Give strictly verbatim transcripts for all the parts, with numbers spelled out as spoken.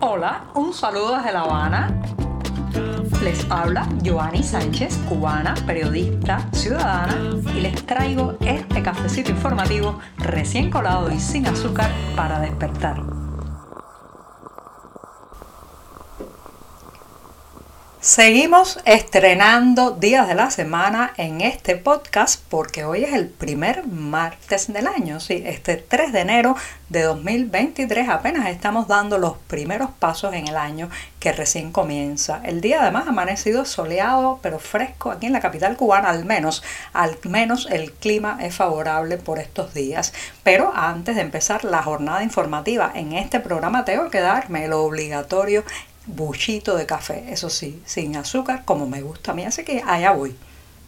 Hola, un saludo desde La Habana. Les habla Joanny Sánchez, cubana, periodista, ciudadana, y les traigo este cafecito informativo recién colado y sin azúcar para despertar. Seguimos estrenando días de la semana en este podcast porque hoy es el primer martes del año, sí, este tres de enero de dos mil veintitrés, apenas estamos dando los primeros pasos en el año que recién comienza. El día además ha amanecido soleado pero fresco aquí en la capital cubana, al menos, al menos el clima es favorable por estos días. Pero antes de empezar la jornada informativa en este programa tengo que darme lo obligatorio buchito de café, eso sí, sin azúcar como me gusta a mí, así que allá voy.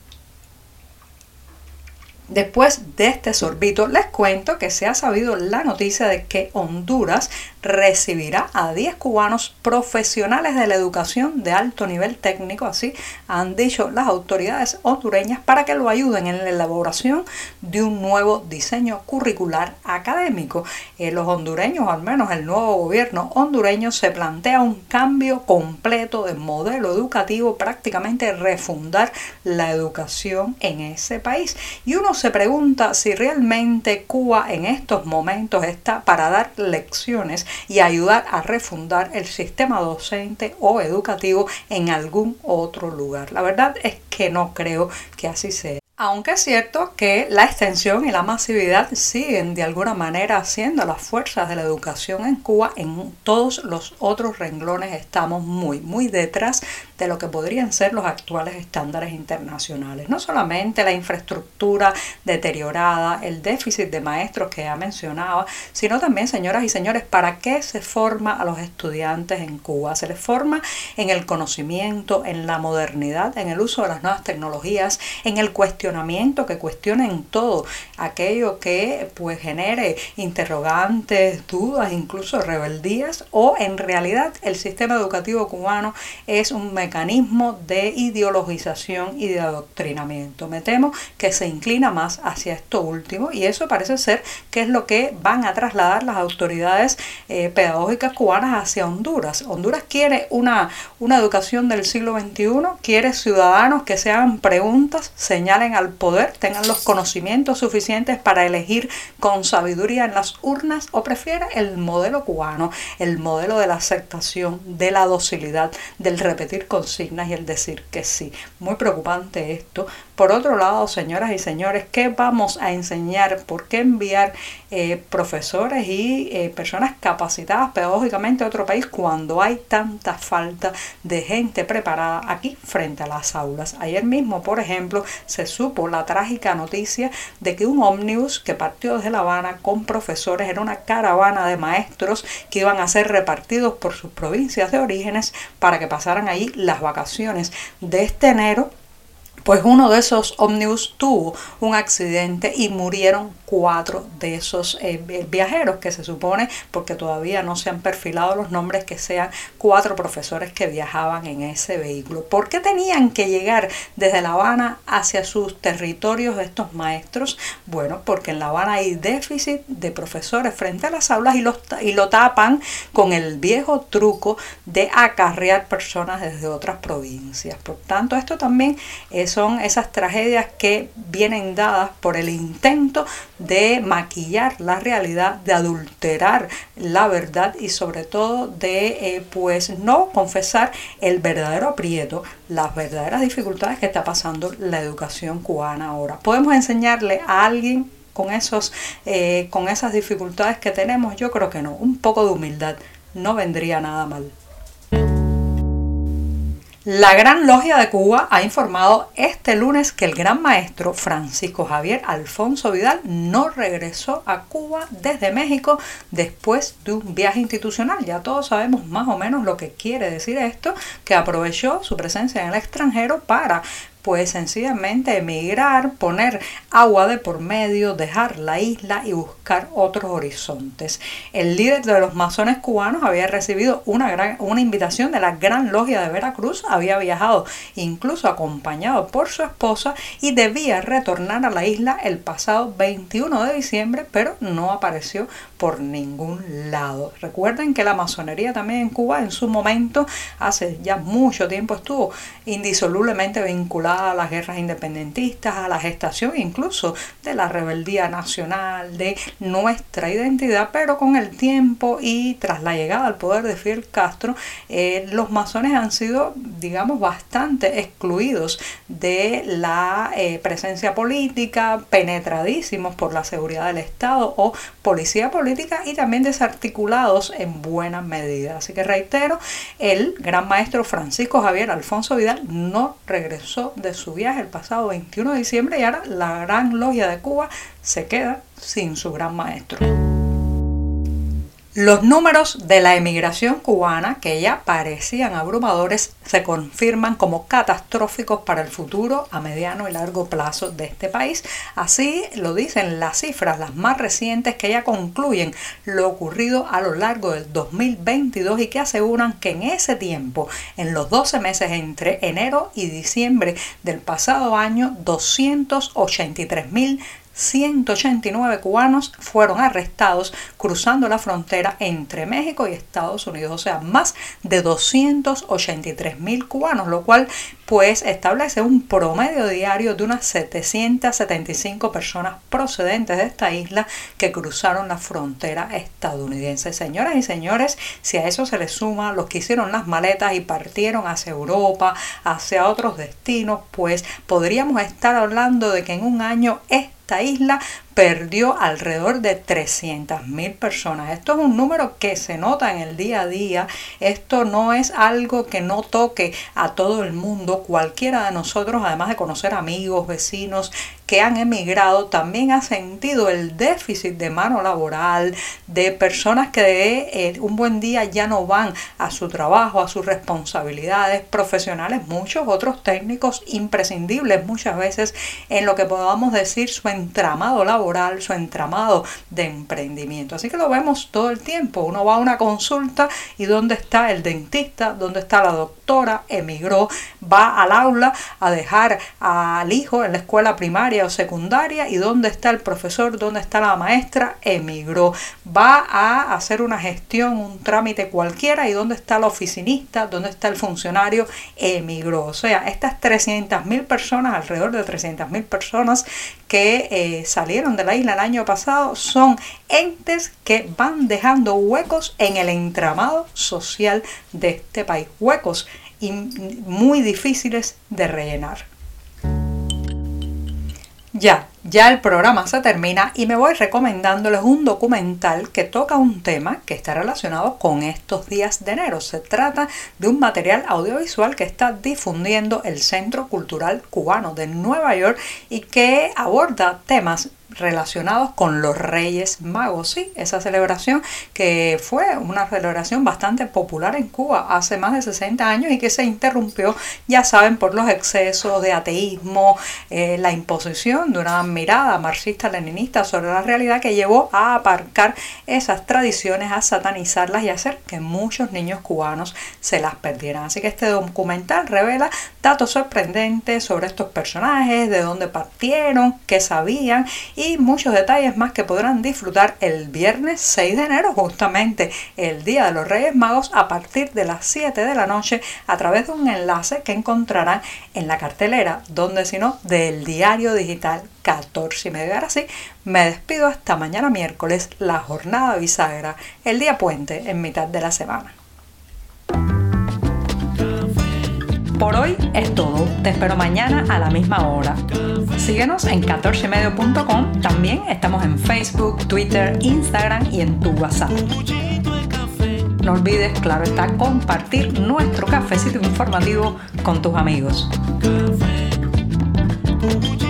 Después de este sorbito les cuento que se ha sabido la noticia de que Honduras recibirá a diez cubanos profesionales de la educación de alto nivel técnico, así han dicho las autoridades hondureñas, para que lo ayuden en la elaboración de un nuevo diseño curricular académico. Eh, los hondureños, o al menos el nuevo gobierno hondureño, se plantea un cambio completo de modelo educativo, prácticamente refundar la educación en ese país. Y uno se pregunta si realmente Cuba en estos momentos está para dar lecciones y ayudar a refundar el sistema docente o educativo en algún otro lugar. La verdad es que no creo que así sea. Aunque es cierto que la extensión y la masividad siguen de alguna manera haciendo las fuerzas de la educación en Cuba, en todos los otros renglones estamos muy, muy detrás de lo que podrían ser los actuales estándares internacionales. No solamente la infraestructura deteriorada, el déficit de maestros que ya mencionaba, sino también, señoras y señores, ¿para qué se forma a los estudiantes en Cuba? Se les forma en el conocimiento, en la modernidad, en el uso de las nuevas tecnologías, en el cuestionamiento que cuestionen todo aquello que pues genere interrogantes, dudas, incluso rebeldías, o en realidad el sistema educativo cubano es un mecanismo de ideologización y de adoctrinamiento. Me temo que se inclina más hacia esto último, y eso parece ser que es lo que van a trasladar las autoridades eh, pedagógicas cubanas hacia Honduras. Honduras quiere una, una educación del siglo veintiuno, quiere ciudadanos que se hagan preguntas, señalen al poder, tengan los conocimientos suficientes para elegir con sabiduría en las urnas, o prefiere el modelo cubano, el modelo de la aceptación, de la docilidad, del repetir consignas y el decir que sí. Muy preocupante esto. Por otro lado, señoras y señores, ¿qué vamos a enseñar? ¿Por qué enviar eh, profesores y eh, personas capacitadas pedagógicamente a otro país cuando hay tanta falta de gente preparada aquí frente a las aulas? Ayer mismo, por ejemplo, se supo la trágica noticia de que un ómnibus que partió desde La Habana con profesores era una caravana de maestros que iban a ser repartidos por sus provincias de orígenes para que pasaran allí las vacaciones de este enero. Pues uno de esos ómnibus tuvo un accidente y murieron cuatro de esos eh, viajeros, que se supone, porque todavía no se han perfilado los nombres, que sean cuatro profesores que viajaban en ese vehículo. ¿Por qué tenían que llegar desde La Habana hacia sus territorios estos maestros? Bueno, porque en La Habana hay déficit de profesores frente a las aulas y, los, y lo tapan con el viejo truco de acarrear personas desde otras provincias. Por tanto, esto también es son esas tragedias que vienen dadas por el intento de maquillar la realidad, de adulterar la verdad y sobre todo de eh, pues no confesar el verdadero aprieto, las verdaderas dificultades que está pasando la educación cubana ahora. ¿Podemos enseñarle a alguien con, esos, eh, con esas dificultades que tenemos? Yo creo que no. Un poco de humildad no vendría nada mal. La Gran Logia de Cuba ha informado este lunes que el gran maestro Francisco Javier Alfonso Vidal no regresó a Cuba desde México después de un viaje institucional. Ya todos sabemos más o menos lo que quiere decir esto, que aprovechó su presencia en el extranjero para pues sencillamente emigrar, poner agua de por medio, dejar la isla y buscar otros horizontes. El líder de los masones cubanos había recibido una, gran, una invitación de la Gran Logia de Veracruz, había viajado incluso acompañado por su esposa y debía retornar a la isla el pasado veintiuno de diciembre, pero no apareció por ningún lado. Recuerden que la masonería también en Cuba en su momento, hace ya mucho tiempo, estuvo indisolublemente vinculada a las guerras independentistas, a la gestación incluso de la rebeldía nacional, de nuestra identidad, pero con el tiempo y tras la llegada al poder de Fidel Castro, eh, los masones han sido, digamos, bastante excluidos de la eh, presencia política, penetradísimos por la seguridad del Estado o policía política y también desarticulados en buena medida. Así que reitero, el gran maestro Francisco Javier Alfonso Vidal no regresó de su viaje el pasado veintiuno de diciembre y ahora la Gran Logia de Cuba se queda sin su gran maestro. Los números de la emigración cubana, que ya parecían abrumadores, se confirman como catastróficos para el futuro a mediano y largo plazo de este país. Así lo dicen las cifras, las más recientes, que ya concluyen lo ocurrido a lo largo del dos mil veintidós y que aseguran que en ese tiempo, en los doce meses entre enero y diciembre del pasado año, doscientos ochenta y tres mil ciento ochenta y nueve cubanos fueron arrestados cruzando la frontera entre México y Estados Unidos, o sea, más de doscientos ochenta y tres mil cubanos, lo cual pues establece un promedio diario de unas setecientas setenta y cinco personas procedentes de esta isla que cruzaron la frontera estadounidense. Señoras y señores, si a eso se le suma los que hicieron las maletas y partieron hacia Europa, hacia otros destinos, pues podríamos estar hablando de que en un año esta isla perdió alrededor de trescientas mil personas. Esto es un número que se nota en el día a día. Esto no es algo que no toque a todo el mundo. Cualquiera de nosotros, además de conocer amigos, vecinos que han emigrado, también ha sentido el déficit de mano laboral, de personas que de eh, un buen día ya no van a su trabajo, a sus responsabilidades profesionales, muchos otros técnicos imprescindibles muchas veces en lo que podamos decir su entramado laboral, su entramado de emprendimiento. Así que lo vemos todo el tiempo. Uno va a una consulta y ¿dónde está el dentista? ¿Dónde está la doctora? Emigró. Va al aula a dejar al hijo en la escuela primaria o secundaria y ¿dónde está el profesor? ¿Dónde está la maestra? Emigró. Va a hacer una gestión, un trámite cualquiera y ¿dónde está el oficinista? ¿Dónde está el funcionario? Emigró. O sea, estas trescientas mil personas, alrededor de trescientas mil personas que eh, salieron de la isla el año pasado, son entes que van dejando huecos en el entramado social de este país, huecos y muy difíciles de rellenar. Ya, ya el programa se termina y me voy recomendándoles un documental que toca un tema que está relacionado con estos días de enero. Se trata de un material audiovisual que está difundiendo el Centro Cultural Cubano de Nueva York y que aborda temas relacionados con los Reyes Magos. Sí, esa celebración que fue una celebración bastante popular en Cuba hace más de sesenta años y que se interrumpió, ya saben, por los excesos de ateísmo, eh, la imposición de una mirada marxista-leninista sobre la realidad que llevó a aparcar esas tradiciones, a satanizarlas y a hacer que muchos niños cubanos se las perdieran. Así que este documental revela datos sorprendentes sobre estos personajes, de dónde partieron, qué sabían y muchos detalles más que podrán disfrutar el viernes seis de enero, justamente el Día de los Reyes Magos, a partir de las siete de la noche a través de un enlace que encontrarán en la cartelera, donde si no, del diario digital catorce y medio. Ahora sí, me despido hasta mañana miércoles, la jornada bisagra, el día puente en mitad de la semana. Por hoy es todo. Te espero mañana a la misma hora. Síguenos en catorce y medio punto com. También estamos en Facebook, Twitter, Instagram y en tu WhatsApp. No olvides, claro está, compartir nuestro cafecito informativo con tus amigos. Café,